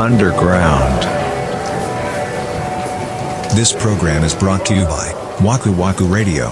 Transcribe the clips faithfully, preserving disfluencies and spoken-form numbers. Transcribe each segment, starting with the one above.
underground. This program is brought to you by Waku Waku Radio.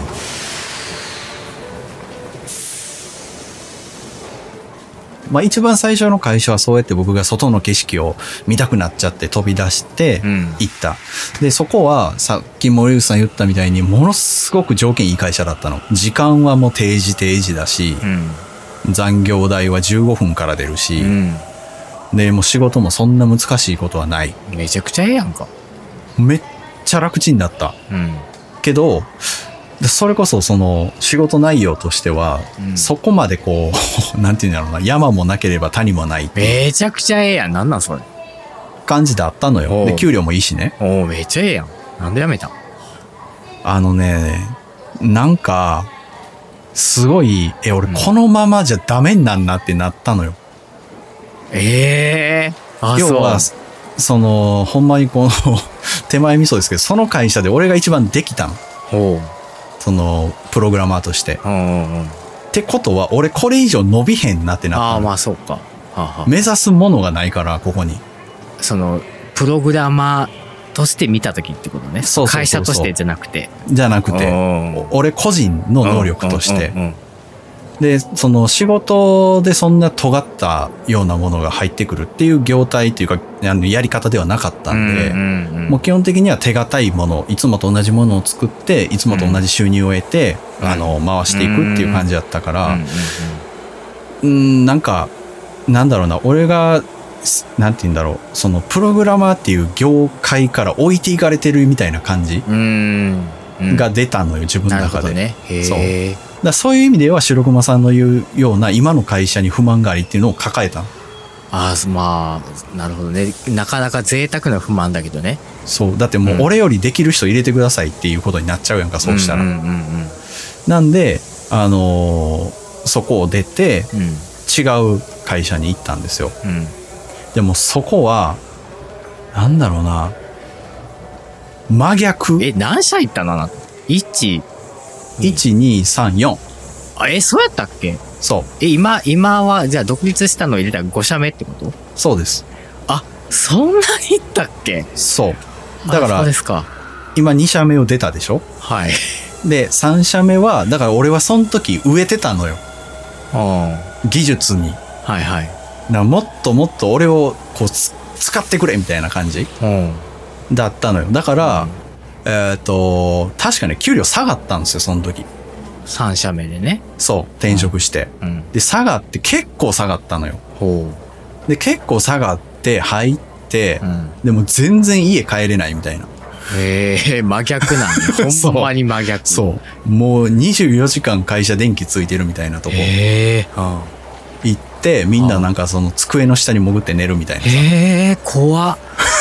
まあ一番最初の会社はそうやって僕が外の景色を見たくなっちゃって飛び出して行った。うん、で、そこはさっき森内さん言ったみたいにものすごく条件いい会社だったの。時間はもう定時定時だし、うん、残業代はじゅうごふんから出るし、うん、で、もう仕事もそんな難しいことはない。 めちゃくちゃええやんか。 めっちゃ楽ちんだった。うん、けど、それこそその仕事内容としては、うん、そこまでこうなんていうんだろうな、山もなければ谷もないめちゃくちゃええやん。なんなんそれ感じであったのよ。で給料もいいしね。 おお、めっちゃええやん。なんで辞めた？ あのね、なんかすごいえ俺このままじゃダメになんなってなったのよ。 うん、ええー、 要はそのほんまにこの手前味噌ですけど、その会社で俺が一番できたの。ほう。そのプログラマーとして、うんうんうん、ってことは俺これ以上伸びへんなってなったの。 ああ、まあそうか、はあはあ、 目指すものがないからここにそのプログラマーとして見た時ってことね。そうそうそうそう、会社としてじゃなくてじゃなくて俺個人の能力として、うんうんうんうん、でその仕事でそんな尖ったようなものが入ってくるっていう業態っていうかやり方ではなかったんで、うんうんうん、もう基本的には手堅いもの、いつもと同じものを作っていつもと同じ収入を得て、うん、あの回していくっていう感じだったから、うんうんうん、なんかなんだろうな、俺がなんて言うんだろう、そのプログラマーっていう業界から置いていかれてるみたいな感じが出たのよ、自分の中で。 なるほどね。へー。 そうだ、そういう意味では白熊さんの言うような今の会社に不満がありっていうのを抱えた。 ああ、まあなるほどね。なかなか贅沢な不満だけどね。 そうだってもう俺よりできる人入れてくださいっていうことになっちゃうやんか、そうしたら、うんうんうんうん、なんであのー、そこを出て、うん、違う会社に行ったんですよ、うん、でもそこはなんだろうな、真逆。 え、何社行ったの？いちいちにさんよん。 あ、え、そうやったっけ？ そう。 え、今、今は、じゃあ独立したの入れたらご社目ってこと？ そうです。 あ、そんなにいったっけ？ そう。だから、 そうですか。 今に社目を出たでしょ？ はい。で、 さん社目は、だから俺はその時植えてたのよ。技術に。 はいはい。 なもっともっと俺をこう使ってくれみたいな感じだったのよ。だから、うん、えっと、確かに給料下がったんですよ、その時。 さん社目でね。 そう、転職して。うんうん、で、下がって結構下がったのよ。ほう。で、結構下がって入って、うん、でも全然家帰れないみたいな。 へえ、真逆なんだ。ほんまに真逆。 そう。もうにじゅうよじかん会社電気ついてるみたいなとこ。へえ。行って、みんななんかその机の下に潜って寝るみたいな。 へえ、怖っ。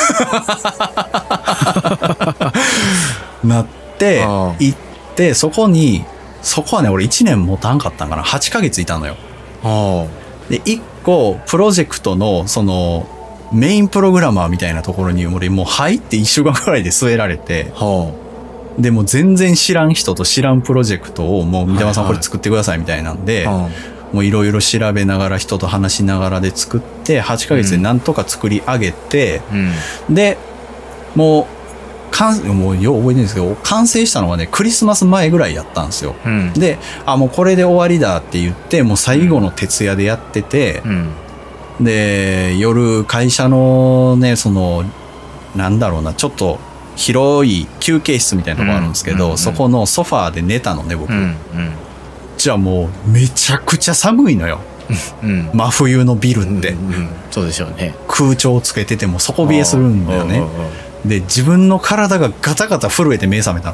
なって、行って、そこに、そこはね、俺いちねん持たんかったんかな。はちかげついたのよ。で、いっこ、プロジェクトの、その、メインプログラマーみたいなところに俺もう入っていっしゅうかんくらいで据えられて、で、もう全然知らん人と知らんプロジェクトをもう三玉さんこれ作ってくださいみたいなんで、もういろいろ調べながら人と話しながらで作って、はちかげつでなんとか作り上げて、うん、で、もう、かんもうよう覚えてるんですけど、完成したのがね、クリスマス前ぐらいやったんですよ。うん、で、あ、もうこれで終わりだって言って、もう最後の徹夜でやってて、うん、で、夜会社のね、その、なんだろうな、ちょっと広い休憩室みたいなとこあるんですけど、うんうんうん、そこのソファーで寝たのね、僕。うんうん、じゃあもうめちゃくちゃ寒いのよ。うん、真冬のビルって、うんうん、 そうでしょうね。 空調つけてても底冷えするんだよね。で、自分の体がガタガタ震えて目覚めたの。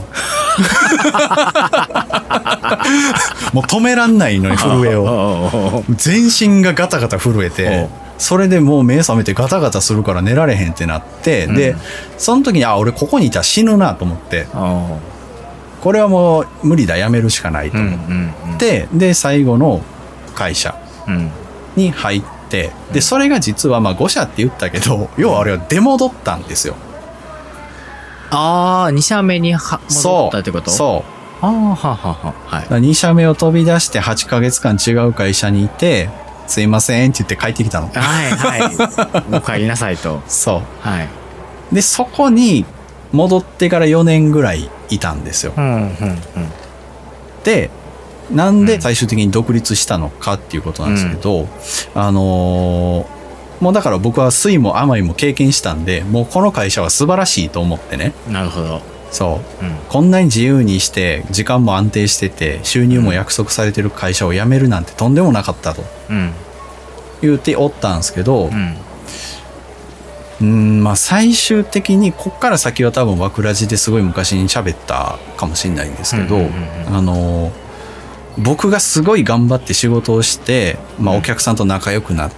もう止めらんないのに震えを。全身がガタガタ震えて、それでもう目覚めてガタガタするから寝られへんってなって、うん、で、その時にあ、俺ここにいたら死ぬなと思って、これはもう無理だ、やめるしかないと思って、うんうんうん、で、最後の会社に入って、うん、で、それが実はまあご社って言ったけど、要はあれは出戻ったんですよ。 ああ、に社目には戻ったってこと？ そう。 ああ、ははは。はい。 に社目を飛び出してはちかげつかん違う会社にいて、 すいませんって言って帰ってきたの。 はいはい。お帰りなさいと。 そう。 はい。 で、そこに戻ってからよねんぐらいいたんですよ。 うんうんうん。 で、なんで最終的に独立したのかっていうことなんですけど、うん、あのー、もうだから僕は酸いも甘いも経験したんで、もうこの会社は素晴らしいと思ってね。 なるほど。 そう、うん、こんなに自由にして時間も安定してて収入も約束されてる会社を辞めるなんてとんでもなかったと、うん、言うておったんですけど、うんうーんまあ最終的にこっから先は多分わくらじですごい昔に喋ったかもしれないんですけど、あの僕がすごい頑張って仕事をして、まあ、お客さんと仲良くなって、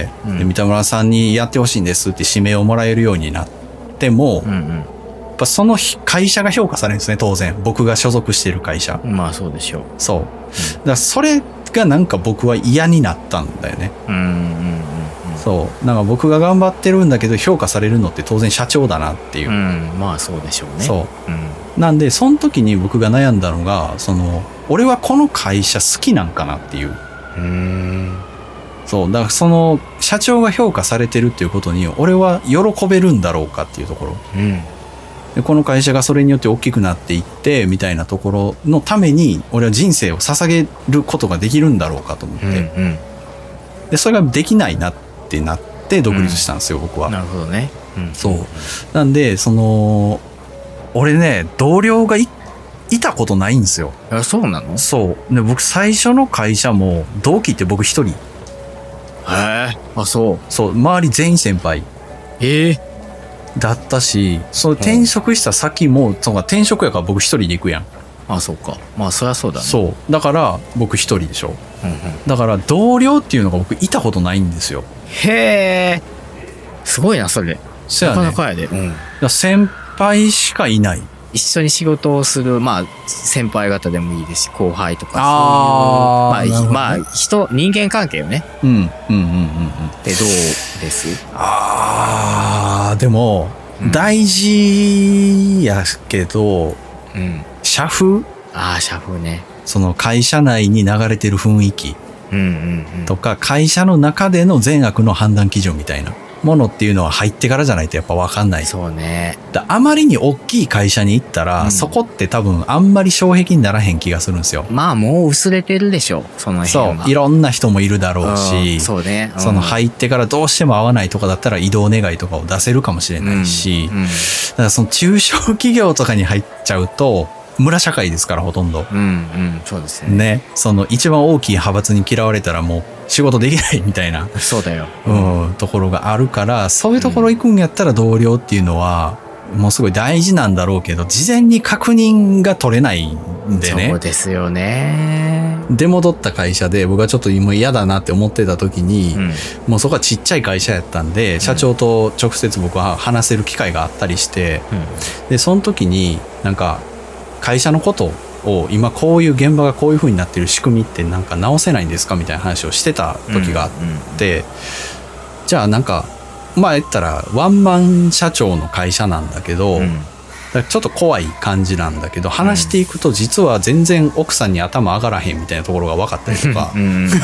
うん、で三田村さんにやってほしいんですって指名をもらえるようになっても、うんうん、やっぱその会社が評価されるんですね、当然僕が所属している会社。 まあそうでしょう。 そう、うん、だからそれがなんか僕は嫌になったんだよね。うんうんうんそうなんか僕が頑張ってるんだけど評価されるのって当然社長だなっていう、うん、 まあそうでしょうね。 そう、うん、なんでその時に僕が悩んだのがその俺はこの会社好きなんかなっていう、うーんそうだからその社長が評価されてるっていうことに俺は喜べるんだろうかっていうところ、うん、でこの会社がそれによって大きくなっていってみたいなところのために俺は人生を捧げることができるんだろうかと思って、うんうん、でそれができないなってってなって独立したんですよ、うん、僕は。 なるほどね、うん、 そうなんでその俺ね同僚が い, いたことないんですよ。 あ、そうなの？ そうで僕最初の会社も同期って僕一人。へえ。あ、そうそう周り全員先輩ええだったし、その転職した先も、うん、そうか転職やから僕一人で行くやん。 あ、そうか。まあそりゃそうだね。 そうだから僕一人でしょ、うんうん、だから同僚っていうのが僕いたことないんですよ。 へえ、すごいなそれ。 そうやね、 なかなかやで、うん、 だ先輩しかいない。 一緒に仕事をする、まあ先輩方でもいいですし後輩とか、 あそういうまあ、まあ、人人間関係よね。 うんうんうんうんうんでどうです？ あーでも、うん、大事やけど、うん、社風。 ああ社風ね。 その会社内に流れてる雰囲気うんうんうん、とか会社の中での善悪の判断基準みたいなものっていうのは入ってからじゃないとやっぱ分かんない。 そうね。 だあまりに大きい会社に行ったら、うん、そこって多分あんまり障壁にならへん気がするんですよ。 まあもう薄れてるでしょその辺は。 そういろんな人もいるだろうし、 うん、そうね、うん、 その入ってからどうしても合わないとかだったら移動願いとかを出せるかもしれないし、うんうん、だからその中小企業とかに入っちゃうと村社会ですからほとんど。 うんうんそうですね。 ね、その一番大きい派閥に嫌われたらもう仕事できないみたいな。 そうだよ。 うん、ところがあるからそういうところ行くんやったら同僚っていうのはもうすごい大事なんだろうけど事前に確認が取れないんでね。 そうですよね。 で戻った会社で僕はちょっと今嫌だなって思ってた時に、うん、もうそこはちっちゃい会社やったんで、うん、社長と直接僕は話せる機会があったりして、うん、でその時になんか会社のことを今こういう現場がこういう風になってる仕組みってなんか直せないんですかみたいな話をしてた時があって、うんうん、じゃあなんかまあ言ったらワンマン社長の会社なんだけど、うん、だちょっと怖い感じなんだけど話していくと実は全然奥さんに頭上がらへんみたいなところが分かったりとか、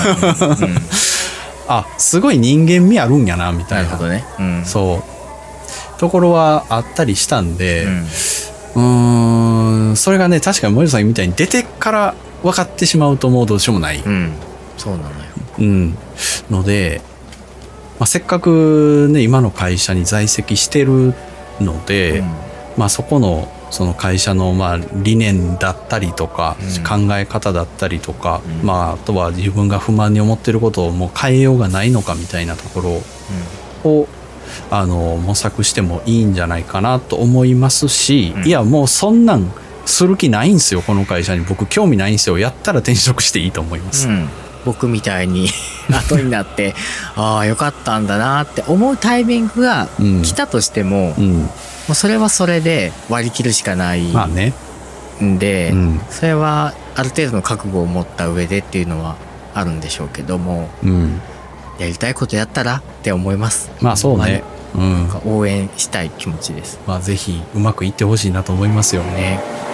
あすごい人間味あるんやなみたいな、 なるほどね、うん、 そうところはあったりしたんで、うんうーんそれがね確かに森さんみたいに出てから分かってしまうともうどうしようもない、うん、 そうなのよ、 うん、ので、まあ、せっかくね今の会社に在籍してるので、うんまあ、そこのその会社のまあ理念だったりとか、うん、考え方だったりとか、うんまあ、あとは自分が不満に思ってることをもう変えようがないのかみたいなところを、うんあの模索してもいいんじゃないかなと思いますし、うん、いやもうそんなんする気ないんですよこの会社に僕興味ないんですよやったら転職していいと思います、うん、 僕みたいに後になってああよかったんだなって思うタイミングが来たとしても、うん、もうそれはそれで割り切るしかないんで、まあねうん、それはある程度の覚悟を持った上でっていうのはあるんでしょうけども、うんやりたいことやったらって思います。 まあそうね、 うん、応援したい気持ちです。 まあぜひうまくいってほしいなと思いますよね。